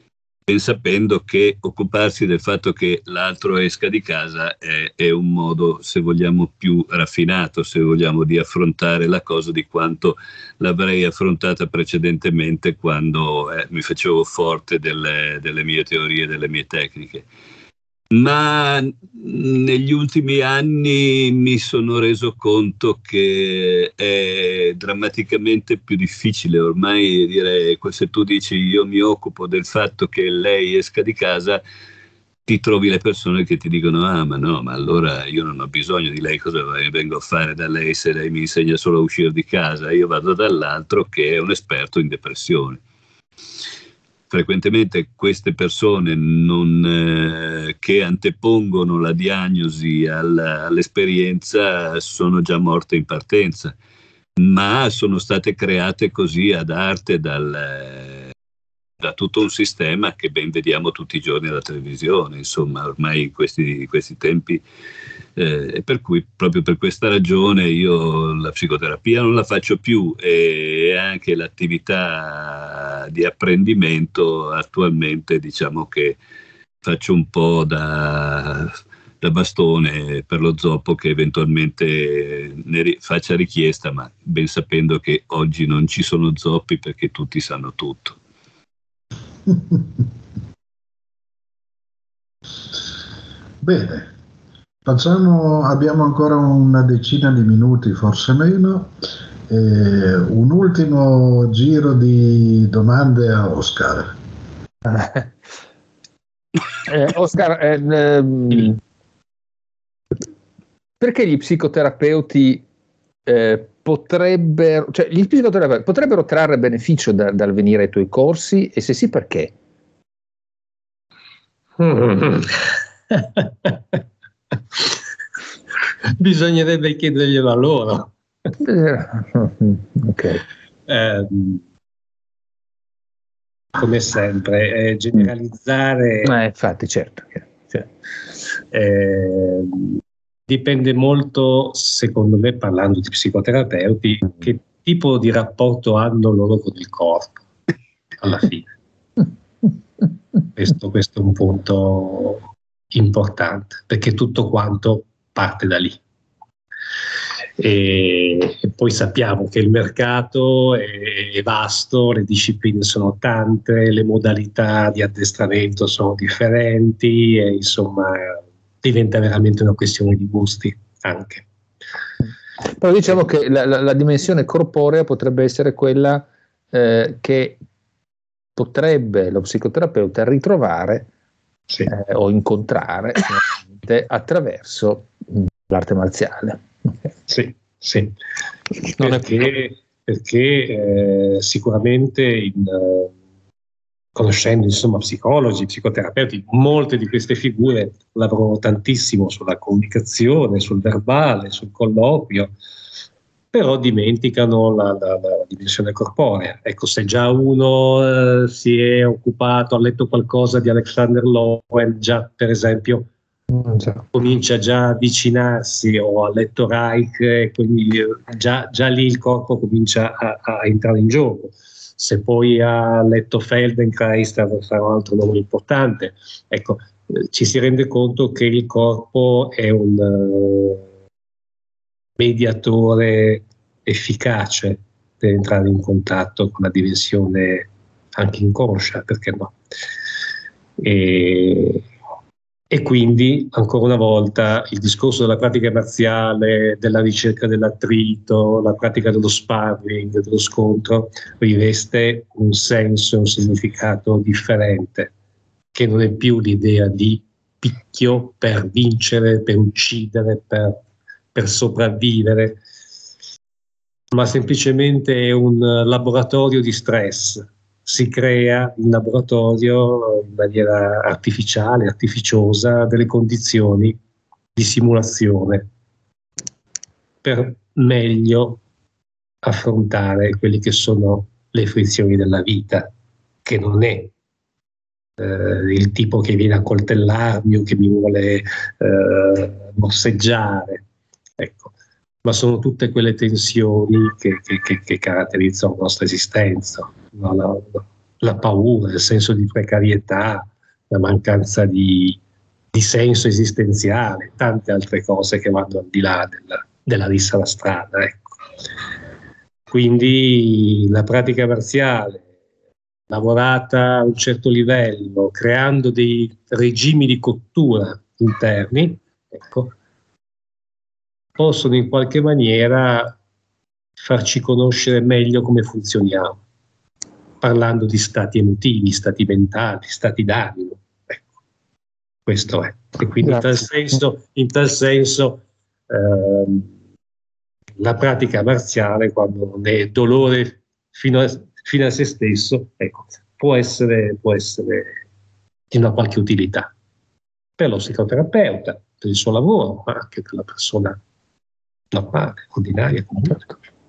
ben sapendo che occuparsi del fatto che l'altro esca di casa è, è un modo, se vogliamo, più raffinato, se vogliamo, di affrontare la cosa di quanto l'avrei affrontata precedentemente quando eh, mi facevo forte delle, delle mie teorie, delle mie tecniche. Ma negli ultimi anni mi sono reso conto che è drammaticamente più difficile ormai dire, se tu dici io mi occupo del fatto che lei esca di casa, ti trovi le persone che ti dicono ah ma no, ma allora io non ho bisogno di lei, cosa vengo a fare da lei se lei mi insegna solo a uscire di casa? Io vado dall'altro che è un esperto in depressione. Frequentemente queste persone non, eh, che antepongono la diagnosi al, all'esperienza sono già morte in partenza, ma sono state create così ad arte dal, eh, da tutto un sistema che ben vediamo tutti i giorni alla televisione, insomma ormai in questi, in questi tempi. Eh, e per cui proprio per questa ragione io la psicoterapia non la faccio più e anche l'attività di apprendimento attualmente diciamo che faccio un po' da, da bastone per lo zoppo che eventualmente ne ri- faccia richiesta, ma ben sapendo che oggi non ci sono zoppi perché tutti sanno tutto. Bene. Facciamo, abbiamo ancora una decina di minuti, forse meno, eh, un ultimo giro di domande a Oscar. eh, Oscar, eh, ehm, perché gli psicoterapeuti eh, potrebbero, cioè gli psicoterapeuti potrebbero trarre beneficio da, dal venire ai tuoi corsi, e se sì, perché? Mm. Bisognerebbe chiederglielo a loro. Ok. Eh, come sempre, eh, generalizzare. Eh, infatti, certo. certo. Eh, dipende molto, secondo me, parlando di psicoterapeuti, che tipo di rapporto hanno loro con il corpo alla fine. Questo, questo è un punto importante, perché tutto quanto parte da lì. E, e poi sappiamo che il mercato è, è vasto, le discipline sono tante, le modalità di addestramento sono differenti e insomma diventa veramente una questione di gusti anche. Però diciamo che la, la, la dimensione corporea potrebbe essere quella eh, che potrebbe lo psicoterapeuta ritrovare sì. eh, o incontrare attraverso l'arte marziale. Sì, sì. Non perché, è... perché eh, sicuramente in, uh, conoscendo insomma psicologi, psicoterapeuti, molte di queste figure lavorano tantissimo sulla comunicazione, sul verbale, sul colloquio, però dimenticano la, la, la dimensione corporea. Ecco, se già uno eh, si è occupato, ha letto qualcosa di Alexander Lowen, già per esempio comincia già a avvicinarsi, o ha letto Reich, quindi già, già lì il corpo comincia a, a entrare in gioco. Se poi ha letto Feldenkrais, sarà un altro nome importante. Ecco, eh, ci si rende conto che il corpo è un uh, mediatore efficace per entrare in contatto con la dimensione anche inconscia, perché no? E, E quindi, ancora una volta, il discorso della pratica marziale, della ricerca dell'attrito, la pratica dello sparring, dello scontro, riveste un senso e un significato differente, che non è più l'idea di picchio per vincere, per uccidere, per, per sopravvivere, ma semplicemente è un laboratorio di stress. Si crea in laboratorio in maniera artificiale, artificiosa, delle condizioni di simulazione per meglio affrontare quelle che sono le frizioni della vita, che non è eh, il tipo che viene a coltellarmi o che mi vuole eh, mosseggiare, ecco. Ma sono tutte quelle tensioni che, che, che, che caratterizzano la nostra esistenza. No, no, no. la paura, il senso di precarietà, la mancanza di, di senso esistenziale, tante altre cose che vanno al di là della, della rissa alla strada, ecco. Quindi la pratica marziale, lavorata a un certo livello, creando dei regimi di cottura interni, ecco, possono in qualche maniera farci conoscere meglio come funzioniamo, parlando di stati emotivi, stati mentali, stati d'animo. Ecco, questo è. E quindi in tal senso, in tal senso ehm, la pratica marziale, quando non è dolore fino a, fino a se stesso, ecco, può essere, può essere di una qualche utilità per lo psicoterapeuta, per il suo lavoro, ma anche per la persona normale, ordinaria, comune.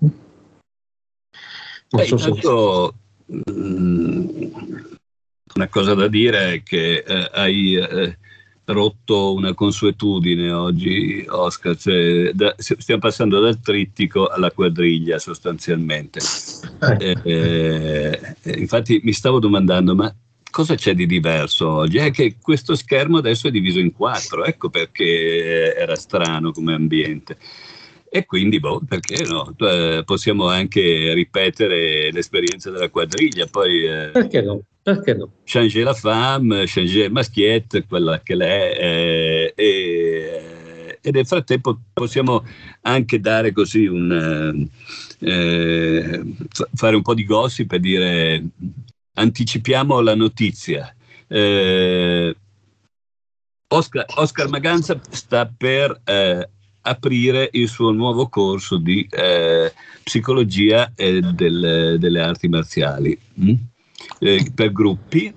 Non so se... Intanto, mh, una cosa da dire è che eh, hai eh, rotto una consuetudine oggi, Oscar, cioè, da, stiamo passando dal trittico alla quadriglia sostanzialmente. Eh, eh, infatti mi stavo domandando, ma cosa c'è di diverso oggi? È che questo schermo adesso è diviso in quattro, ecco perché era strano come ambiente. E quindi, boh, perché no? Eh, possiamo anche ripetere l'esperienza della quadriglia, poi... Eh, perché no? Perché no? Changer la femme, changer maschiette, quella che l'è, eh, e, e nel frattempo possiamo anche dare così un... Eh, fare un po' di gossip e dire... Anticipiamo la notizia. Eh, Oscar, Oscar Maganza sta per... Eh, aprire il suo nuovo corso di eh, psicologia e del, delle arti marziali mm? eh, per gruppi.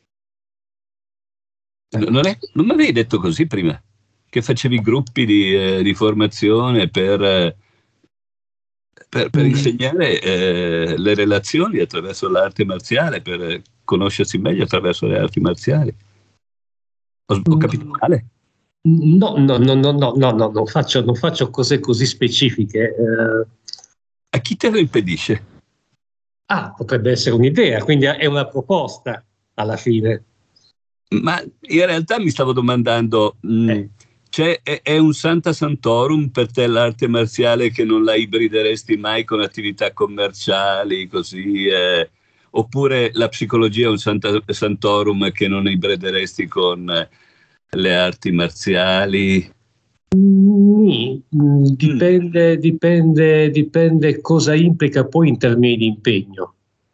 Non, è, non mi avevi detto così prima che facevi gruppi di, eh, di formazione per, eh, per, per insegnare eh, le relazioni attraverso l'arte marziale, per conoscersi meglio attraverso le arti marziali? Ho, ho capito male? No, no, no, no, no, no, no, non faccio, non faccio cose così specifiche. Eh. A chi te lo impedisce? Ah, potrebbe essere un'idea, quindi è una proposta alla fine. Ma in realtà mi stavo domandando, mh, eh. c'è, è, è un Santa Santorum per te l'arte marziale che non la ibrideresti mai con attività commerciali, così, eh, oppure la psicologia è un Santa Santorum che non ibrideresti con... Eh, le arti marziali? Mm, dipende, dipende, dipende cosa implica poi in termini di impegno.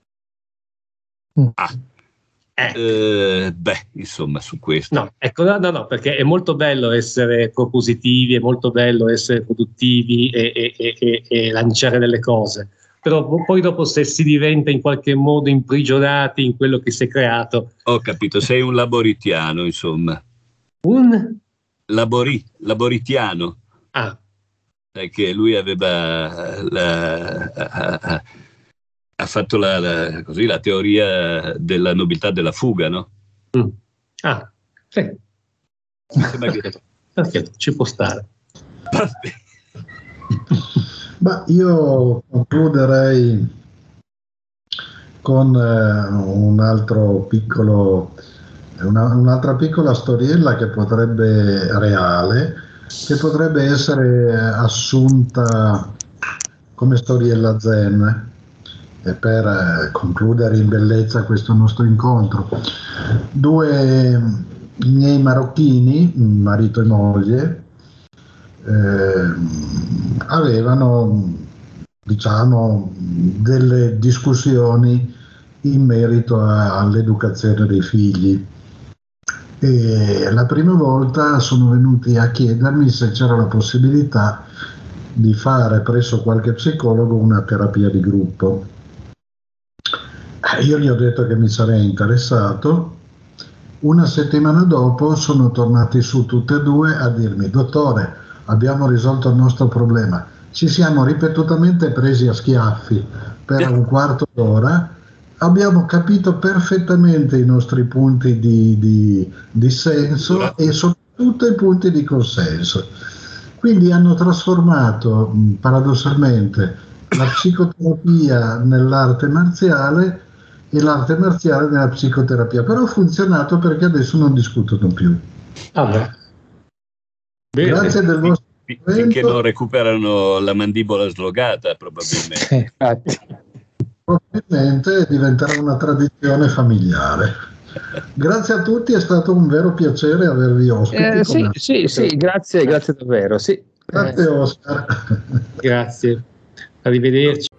Ah, eh. Eh, beh, insomma, su questo. No, ecco, no, no, no, perché è molto bello essere propositivi, è molto bello essere produttivi e, e, e, e lanciare delle cose. Però poi dopo se si diventa in qualche modo imprigionati in quello che si è creato. Ho capito, sei un laboritiano, insomma. Un? Labori, laboritiano. Ah. Perché lui aveva la, ha, ha fatto la, la, così, la teoria della nobiltà della fuga, no? Mm. Ah, sì. Che... Perché ci può stare. Ma io concluderei con eh, un altro piccolo... Una, un'altra piccola storiella che potrebbe reale, che potrebbe essere assunta come storiella zen, e per eh, concludere in bellezza questo nostro incontro. Due miei marocchini, marito e moglie, eh, avevano, diciamo, delle discussioni in merito a, all'educazione dei figli. E la prima volta sono venuti a chiedermi se c'era la possibilità di fare presso qualche psicologo una terapia di gruppo. Io gli ho detto che mi sarei interessato. Una settimana dopo sono tornati su tutte e due a dirmi: dottore, abbiamo risolto il nostro problema. Ci siamo ripetutamente presi a schiaffi per un quarto d'ora. Abbiamo capito perfettamente i nostri punti di, di, di senso e soprattutto i punti di consenso. Quindi hanno trasformato paradossalmente la psicoterapia nell'arte marziale e l'arte marziale nella psicoterapia, però ha funzionato perché adesso non discutono più. Ah, beh. Bene. Grazie del vostro finché non recuperano la mandibola slogata, probabilmente. Infatti. Probabilmente diventerà una tradizione familiare. Grazie a tutti, è stato un vero piacere avervi ospiti. Eh, sì, sì, sì, grazie, grazie davvero. Sì. Grazie Oscar. Grazie, arrivederci.